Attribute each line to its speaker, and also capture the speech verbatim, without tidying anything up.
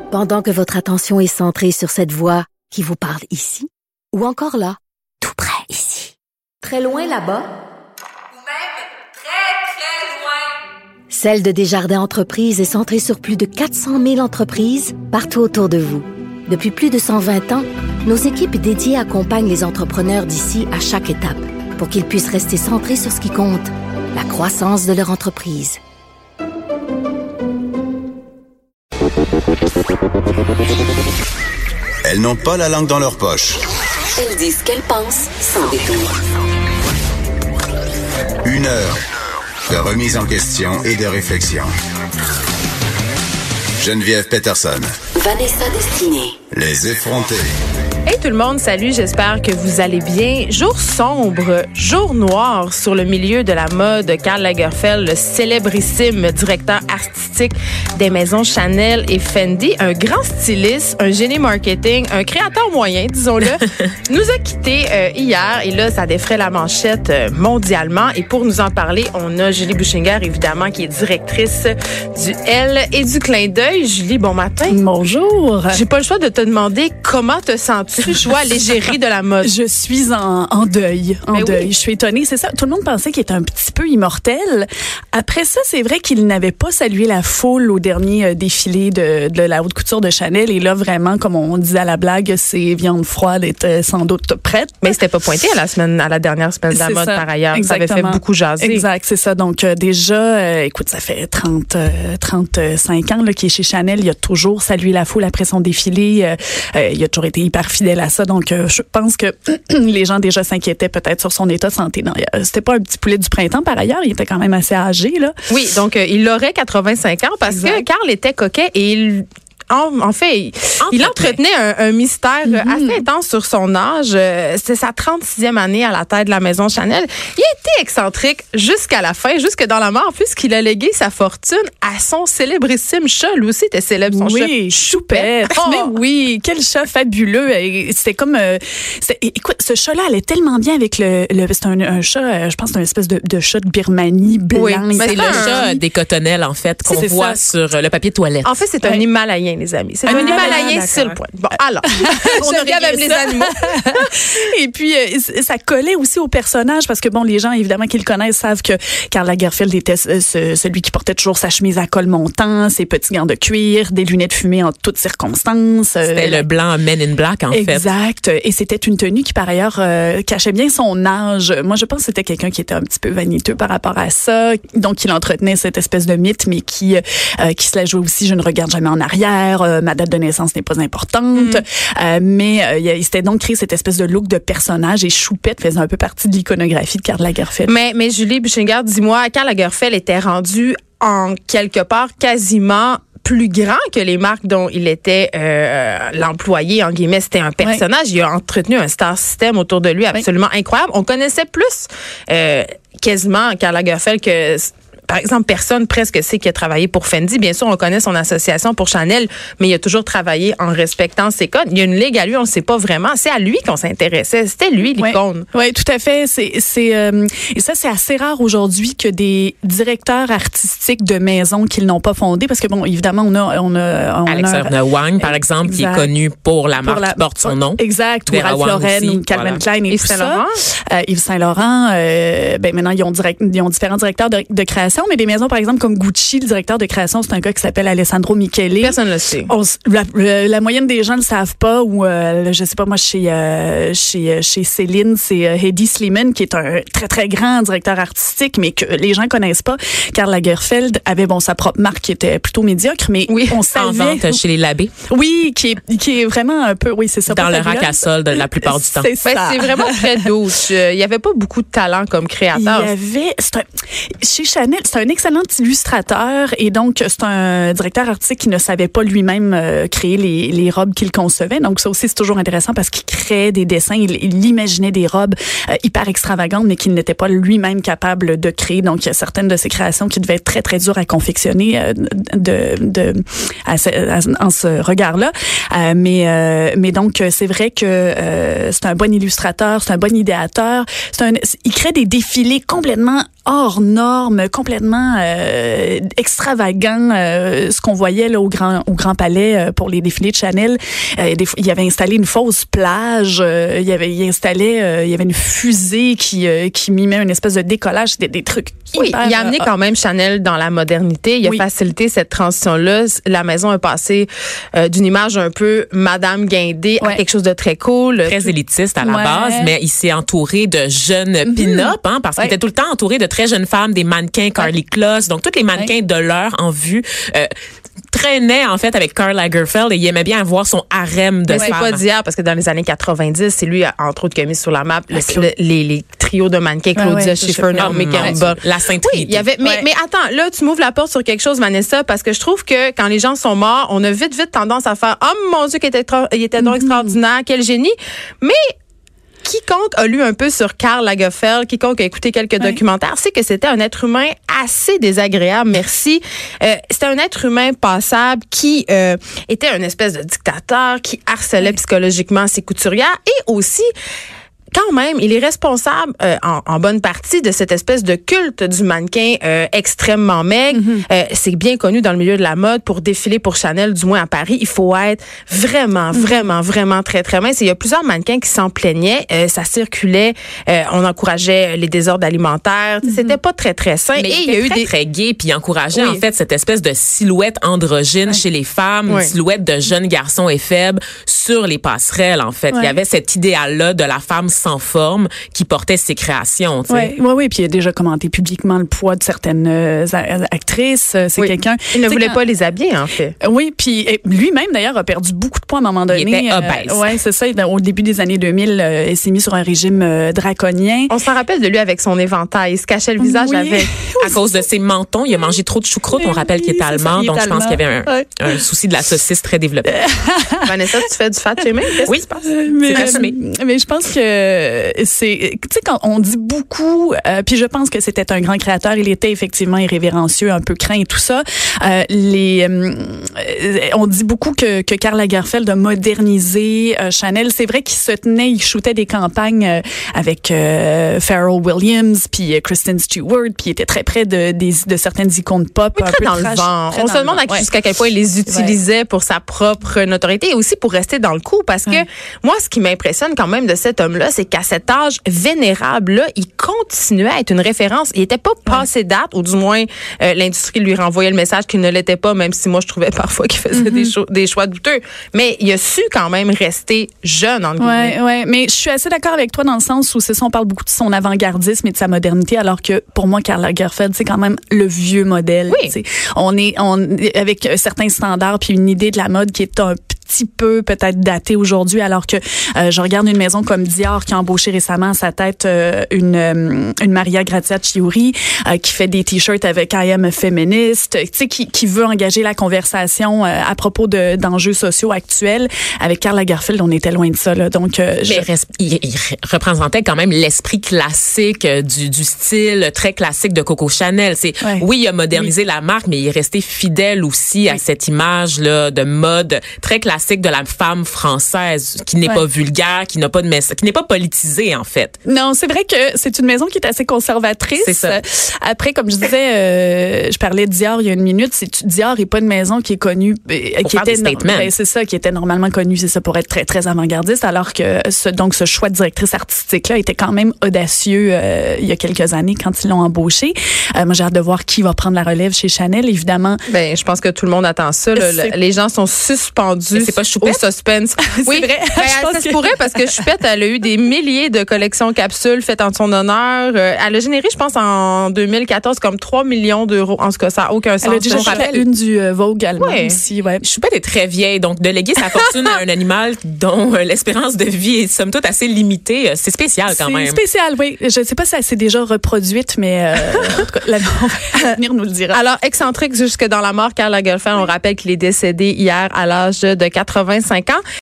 Speaker 1: Pendant que votre attention est centrée sur cette voix qui vous parle ici, ou encore là, tout près ici, très loin là-bas,
Speaker 2: ou même très, très loin.
Speaker 1: Celle de Desjardins Entreprises est centrée sur plus de quatre cent mille entreprises partout autour de vous. Depuis plus de cent vingt ans, nos équipes dédiées accompagnent les entrepreneurs d'ici à chaque étape pour qu'ils puissent rester centrés sur ce qui compte, la croissance de leur entreprise.
Speaker 3: Elles n'ont pas la langue dans leur poche.
Speaker 4: Elles disent ce qu'elles pensent sans détour.
Speaker 3: Une heure de remise en question et de réflexion. Geneviève Peterson.
Speaker 4: Vanessa Destinée.
Speaker 3: Les effrontés.
Speaker 5: Hey tout le monde, salut, j'espère que vous allez bien. Jour sombre, jour noir sur le milieu de la mode. Karl Lagerfeld, le célébrissime directeur artistique des maisons Chanel et Fendi, un grand styliste, un génie marketing, un créateur moyen, disons-le, nous a quittés euh, hier et là, ça défraie la manchette euh, mondialement. Et pour nous en parler, on a Julie Bouchinger, évidemment, qui est directrice du L et du Clin d'œil. Julie, bon matin.
Speaker 6: Bonjour.
Speaker 5: J'ai pas le choix de te demander comment te sens-tu? Tu joues à l'égérie de la mode.
Speaker 6: Je suis en, en deuil, en
Speaker 5: Mais
Speaker 6: deuil.
Speaker 5: oui.
Speaker 6: Je suis étonnée, c'est ça. Tout le monde pensait qu'il était un petit peu immortel. Après ça, c'est vrai qu'il n'avait pas salué la foule au dernier euh, défilé de, de la haute couture de Chanel. Et là, vraiment, comme on disait à la blague, ses viandes froides étaient sans doute prêtes.
Speaker 5: Mais c'était pas pointé à la semaine, à la dernière semaine de la
Speaker 6: C'est
Speaker 5: mode
Speaker 6: ça.
Speaker 5: par ailleurs.
Speaker 6: Exactement.
Speaker 5: Ça avait fait beaucoup jaser.
Speaker 6: Exact, c'est ça. Donc euh, déjà, euh, écoute, ça fait trente, euh, trente-cinq ans là, qu'il est chez Chanel. Il a toujours salué la foule après son défilé. Euh, euh, il a toujours été hyper fidèle à ça. Donc euh, je pense que les gens déjà s'inquiétaient peut-être sur son état de santé. Non, c'était pas un petit poulet du printemps par ailleurs. Il était quand même assez âgé là.
Speaker 5: Oui, donc euh, il aurait quatre-vingt-cinq ans parce
Speaker 6: Exact.
Speaker 5: que Karl était coquet et il En, en fait, il, il entretenait un, un mystère
Speaker 6: Mm-hmm.
Speaker 5: assez intense sur son âge. Euh, C'est sa trente-sixième année à la tête de la maison Chanel. Il a été excentrique jusqu'à la fin, jusque dans la mort, puisqu'il a légué sa fortune à son célébrissime chat. Lui aussi était célèbre, son
Speaker 6: oui,
Speaker 5: chat.
Speaker 6: Choupette.
Speaker 5: Oh.
Speaker 6: Mais oui, quel chat fabuleux. Et C'était comme... Euh, c'était- écoute, ce chat-là allait tellement bien avec le... le c'est un, un chat, euh, je pense que c'est une espèce de, de chat de Birmanie blanc.
Speaker 5: Oui,
Speaker 6: Il
Speaker 5: mais
Speaker 6: était
Speaker 7: C'est le
Speaker 5: un-
Speaker 7: chat des cotonnelles, en fait, qu'on
Speaker 6: C'est
Speaker 7: voit
Speaker 6: ça.
Speaker 7: sur le papier de toilette.
Speaker 5: En fait, c'est un
Speaker 6: Ouais.
Speaker 5: Himalayen, les amis. C'est un,
Speaker 6: Un
Speaker 5: Himalaya
Speaker 6: Himalayen,
Speaker 5: sur le
Speaker 6: d'accord.
Speaker 5: point. Bon, alors, on
Speaker 6: J'aime
Speaker 5: regarde
Speaker 6: bien
Speaker 5: avec les
Speaker 6: ça.
Speaker 5: animaux.
Speaker 6: Et puis, euh, ça collait aussi au personnage parce que, bon, les gens, évidemment, qui le connaissent savent que Karl Lagerfeld était ce- ce- celui qui portait toujours sa chemise à col montant, ses petits gants de cuir, des lunettes fumées en toutes circonstances. euh,
Speaker 7: C'était le blanc Men in Black, en fait.
Speaker 6: Exact. Et c'était une tenue qui, par ailleurs, euh, cachait bien son âge. Moi, je pense que c'était quelqu'un qui était un petit peu vaniteux par rapport à ça. Donc, il entretenait cette espèce de mythe, mais qui euh, qui se la jouait aussi. Je ne regarde jamais en arrière. Euh, ma date de naissance n'est pas importante.
Speaker 5: Mm.
Speaker 6: Euh, mais euh, il s'était donc créé cette espèce de look de personnage. Et Choupette faisait un peu partie de l'iconographie de Karl Lagerfeld.
Speaker 5: Mais, mais Julie Bouchinger, dis-moi, Karl Lagerfeld était rendu en quelque part quasiment plus grand que les marques dont il était euh, l'employé, en guillemets. C'était un personnage. Il a entretenu un star system autour de lui absolument incroyable. On connaissait plus euh, quasiment Karl Lagerfeld que... Par exemple, personne presque sait qu'il a travaillé pour Fendi. Bien sûr, on connaît son association pour Chanel, mais il a toujours travaillé en respectant ses codes. Il y a une ligue à lui, on ne sait pas vraiment. C'est à lui qu'on s'intéressait. C'était lui, l'icône.
Speaker 6: Oui, ouais, tout à fait. C'est, c'est, euh, et ça, c'est assez rare aujourd'hui que des directeurs artistiques de maisons qu'ils n'ont pas fondées, parce que bon, évidemment, on a, on a, on
Speaker 7: Alexandre
Speaker 6: a,
Speaker 7: Wang, par exemple,
Speaker 6: Exact.
Speaker 7: qui est connu pour la
Speaker 6: pour
Speaker 7: marque
Speaker 6: la-
Speaker 7: qui porte son nom.
Speaker 6: Exact, ou
Speaker 7: Vera
Speaker 6: Ralph
Speaker 7: Wang
Speaker 6: Lauren,
Speaker 7: aussi,
Speaker 6: ou Calvin
Speaker 7: voilà.
Speaker 6: Klein et
Speaker 5: Yves
Speaker 6: tout
Speaker 5: Saint-Laurent.
Speaker 6: ça. Euh, Yves Saint-Laurent, euh, ben maintenant, ils ont, direct, ils ont différents directeurs de, de création, mais des maisons, par exemple, comme Gucci, le directeur de création, c'est un gars qui s'appelle Alessandro Michele.
Speaker 5: Personne ne le sait.
Speaker 6: On s- la, la, la moyenne des gens ne le savent pas, ou euh, je sais pas, moi, chez, euh, chez, chez Céline, c'est euh, Hedi Slimane, qui est un très, très grand directeur artistique, mais que les gens connaissent pas. Karl Lagerfeld avait, bon, sa propre marque qui était plutôt médiocre, mais
Speaker 5: Oui,
Speaker 6: on
Speaker 7: En
Speaker 6: savait...
Speaker 7: vente chez les Labés,
Speaker 6: Oui, qui est, qui est vraiment un peu, oui, c'est ça.
Speaker 7: dans
Speaker 6: pas
Speaker 7: le rack
Speaker 6: fabuleux.
Speaker 7: à solde la plupart du temps.
Speaker 6: C'est
Speaker 5: Ben,
Speaker 6: ça.
Speaker 5: c'est vraiment très douce. Euh, Il y avait pas beaucoup de talent comme
Speaker 6: Il y
Speaker 5: créateur.
Speaker 6: avait, c'est un, chez Chanel, c'est un excellent illustrateur et donc c'est un directeur artistique qui ne savait pas lui-même euh, créer les, les robes qu'il concevait. Donc ça aussi, c'est toujours intéressant parce qu'il créait des dessins, il, il imaginait des robes euh, hyper extravagantes, mais qu'il n'était pas lui-même capable de créer. Donc il y a certaines de ses créations qui devaient être très, très dures à confectionner euh, de, de, à ce, à, en ce regard-là. Euh, mais, euh, mais donc, c'est vrai que euh, c'est un bon illustrateur, c'est un bon idéateur. C'est un, il crée des défilés complètement hors norme, complètement euh, extravagant. Euh, ce qu'on voyait là au Grand au Grand Palais euh, pour les défilés de Chanel, euh, des, il avait installé une fausse plage. Euh, il avait il installait euh, il y avait une fusée qui euh, qui mimait une espèce de décollage, des, des trucs.
Speaker 5: Oui,
Speaker 6: hyper,
Speaker 5: il a amené
Speaker 6: euh,
Speaker 5: quand même Chanel dans la modernité. Il a
Speaker 6: oui.
Speaker 5: facilité cette transition-là. La maison est passée euh, d'une image un peu Madame Guindé
Speaker 6: ouais.
Speaker 5: à quelque chose de très cool.
Speaker 7: Très élitiste à la
Speaker 6: ouais.
Speaker 7: base, mais il s'est entouré de jeunes mm-hmm. pin-up, hein, parce qu'il
Speaker 6: ouais.
Speaker 7: était tout le temps entouré de très jeunes femmes, des mannequins Carly Kloss, donc tous les mannequins ouais. de l'heure en vue. Euh, traînait en fait avec Karl Lagerfeld et il aimait bien avoir son harem de
Speaker 5: mais
Speaker 7: femmes.
Speaker 5: c'est pas d'hier parce que dans les années quatre-vingt-dix, c'est lui entre autres qui a mis sur la map le, le, les, les trios de mannequins Claudia
Speaker 6: ouais, ouais,
Speaker 5: Schiffer, Naomi Campbell,
Speaker 7: la Sainte Trinité.
Speaker 5: Oui, il y avait mais
Speaker 6: ouais.
Speaker 5: mais attends, là tu m'ouvres la porte sur quelque chose Vanessa parce que je trouve que quand les gens sont morts, on a vite vite tendance à faire oh mon Dieu qu'il était tra- il était donc mm-hmm. extraordinaire, quel génie. Mais quiconque a lu un peu sur Karl Lagerfeld, quiconque a écouté quelques ouais. documentaires, sait que c'était un être humain assez désagréable, merci. Euh, c'était un être humain passable qui euh, était une espèce de dictateur, qui harcelait ouais. psychologiquement ses couturières et aussi quand même, il est responsable euh, en, en bonne partie de cette espèce de culte du mannequin euh, extrêmement maigre. Mm-hmm. Euh, c'est bien connu dans le milieu de la mode pour défiler pour Chanel, du moins à Paris. Il faut être vraiment, mm-hmm. vraiment, vraiment très, très mince. Et il y a plusieurs mannequins qui s'en plaignaient. Euh, ça circulait. Euh, on encourageait les désordres alimentaires. Mm-hmm. C'était pas très, très sain.
Speaker 7: Mais
Speaker 5: et
Speaker 7: il,
Speaker 5: il y a eu
Speaker 7: très,
Speaker 5: des
Speaker 7: très gay puis il encourageait
Speaker 5: oui.
Speaker 7: en fait cette espèce de silhouette androgyne ouais. chez les femmes,
Speaker 5: oui.
Speaker 7: une silhouette de jeunes garçons et faibles sur les passerelles en fait. Ouais. Il y avait cet idéal-là de la femme sans forme qui portait ses créations.
Speaker 6: Oui, oui, oui. Puis il a déjà commenté publiquement le poids de certaines euh, actrices. C'est
Speaker 5: oui.
Speaker 6: quelqu'un.
Speaker 5: Il ne voulait
Speaker 6: quand...
Speaker 5: pas les habiller, en fait.
Speaker 6: Euh, oui, puis lui-même, d'ailleurs, a perdu beaucoup de poids à un moment donné.
Speaker 7: Il était obèse.
Speaker 6: Euh, oui, c'est ça. Au début des années deux mille, euh, il s'est mis sur un régime euh, draconien.
Speaker 5: On s'en rappelle de lui avec son éventail. Il se cachait le visage
Speaker 6: oui.
Speaker 5: avec.
Speaker 7: À cause de ses mentons, il a mangé trop de choucroute. On rappelle qu'il est allemand, donc je pense qu'il y avait un, ouais. un souci de la saucisse très développé.
Speaker 5: Vanessa, tu fais du fat shaming? Qu'est-ce
Speaker 7: oui.
Speaker 5: qui se passe?
Speaker 6: Mais,
Speaker 7: c'est assumé.
Speaker 6: Mais je pense que c'est, tu sais, quand on dit beaucoup, euh, puis je pense que c'était un grand créateur, il était effectivement irrévérencieux, un peu craint et tout ça. Euh, les, euh, on dit beaucoup que, que Karl Lagerfeld a modernisé euh, Chanel. C'est vrai qu'il se tenait, il shootait des campagnes euh, avec euh, Pharrell Williams, puis euh, Kristen Stewart, puis il était très près de, des, de certaines icônes pop.
Speaker 5: Oui,
Speaker 6: un
Speaker 5: très
Speaker 6: peu
Speaker 5: dans
Speaker 6: trash,
Speaker 5: le vent.
Speaker 6: très
Speaker 5: On
Speaker 6: dans
Speaker 5: se demande
Speaker 6: le vent, ouais.
Speaker 5: jusqu'à quel point il les utilisait ouais. pour sa propre notoriété et aussi pour rester dans le coup. Parce que ouais. moi, ce qui m'impressionne quand même de cet homme-là, c'est qu'à cet âge vénérable-là, il continuait à être une référence. Il n'était pas passé date, ou du moins, euh, l'industrie lui renvoyait le message qu'il ne l'était pas, même si moi, je trouvais parfois qu'il faisait mm-hmm. des, cho- des choix douteux. Mais il a su quand même rester jeune, en guillemets.
Speaker 6: Ouais, ouais. Mais je suis assez d'accord avec toi dans le sens où c'est ça, on parle beaucoup de son avant-gardisme et de sa modernité, alors que pour moi, Karl Lagerfeld, c'est quand même le vieux modèle.
Speaker 5: Oui.
Speaker 6: T'sais. On est, on, avec certains standards puis une idée de la mode qui est un petit peu peut-être datée aujourd'hui, alors que euh, je regarde une maison comme Dior qui a embauché récemment à sa tête euh, une euh, une Maria Grazia Chiuri euh, qui fait des t-shirts avec I am a feminist, tu sais, qui qui veut engager la conversation euh, à propos de d'enjeux sociaux actuels. Avec Karl Lagerfeld, on était loin de ça là. Donc euh, je...
Speaker 7: mais il, il représentait quand même l'esprit classique du du style très classique de Coco Chanel. C'est ouais. oui, il a modernisé oui. la marque, mais il est resté fidèle aussi oui. à cette image là de mode très classique de la femme française qui n'est ouais. pas vulgaire, qui n'a pas de message, qui n'est pas politisée en fait.
Speaker 6: Non, c'est vrai que c'est une maison qui est assez conservatrice.
Speaker 7: C'est ça.
Speaker 6: Après, comme je disais, euh, je parlais de Dior il y a une minute. C'est Dior est pas une maison qui est connue, euh,
Speaker 7: pour
Speaker 6: qui
Speaker 7: faire
Speaker 6: était
Speaker 7: des statements.
Speaker 6: Ben, c'est ça, qui était normalement connue, c'est ça, pour être très très avant-gardiste, alors que ce, donc ce choix de directrice artistique là était quand même audacieux euh, il y a quelques années quand ils l'ont embauché. Euh, moi, j'ai hâte de voir qui va prendre la relève chez Chanel, évidemment.
Speaker 5: Ben, je pense que tout le monde attend ça. Là. Les gens sont suspendus.
Speaker 7: C'est pas Choupette?
Speaker 5: Au suspense.
Speaker 6: Oui, c'est vrai.
Speaker 5: Ben, ça se que... pourrait parce que Choupette, elle a eu des milliers de collections capsules faites en son honneur. Elle a généré, je pense, en deux mille quatorze, comme trois millions d'euros. En tout cas, ça n'a aucun sens.
Speaker 6: Elle a déjà fait une du euh, Vogue allemand
Speaker 5: ouais.
Speaker 6: aussi. Ouais.
Speaker 7: Choupette est très vieille, donc de léguer sa fortune à un animal dont euh, l'espérance de vie est somme toute assez limitée, c'est spécial quand
Speaker 6: c'est
Speaker 7: même.
Speaker 6: C'est spécial, oui. Je ne sais pas si elle s'est déjà reproduite, mais euh, en tout cas, l'avenir nous le dira.
Speaker 5: Alors, excentrique jusque dans la mort, Karl Lagerfeld, on rappelle qu'il est décédé hier à l'âge de quatre-vingt-cinq ans.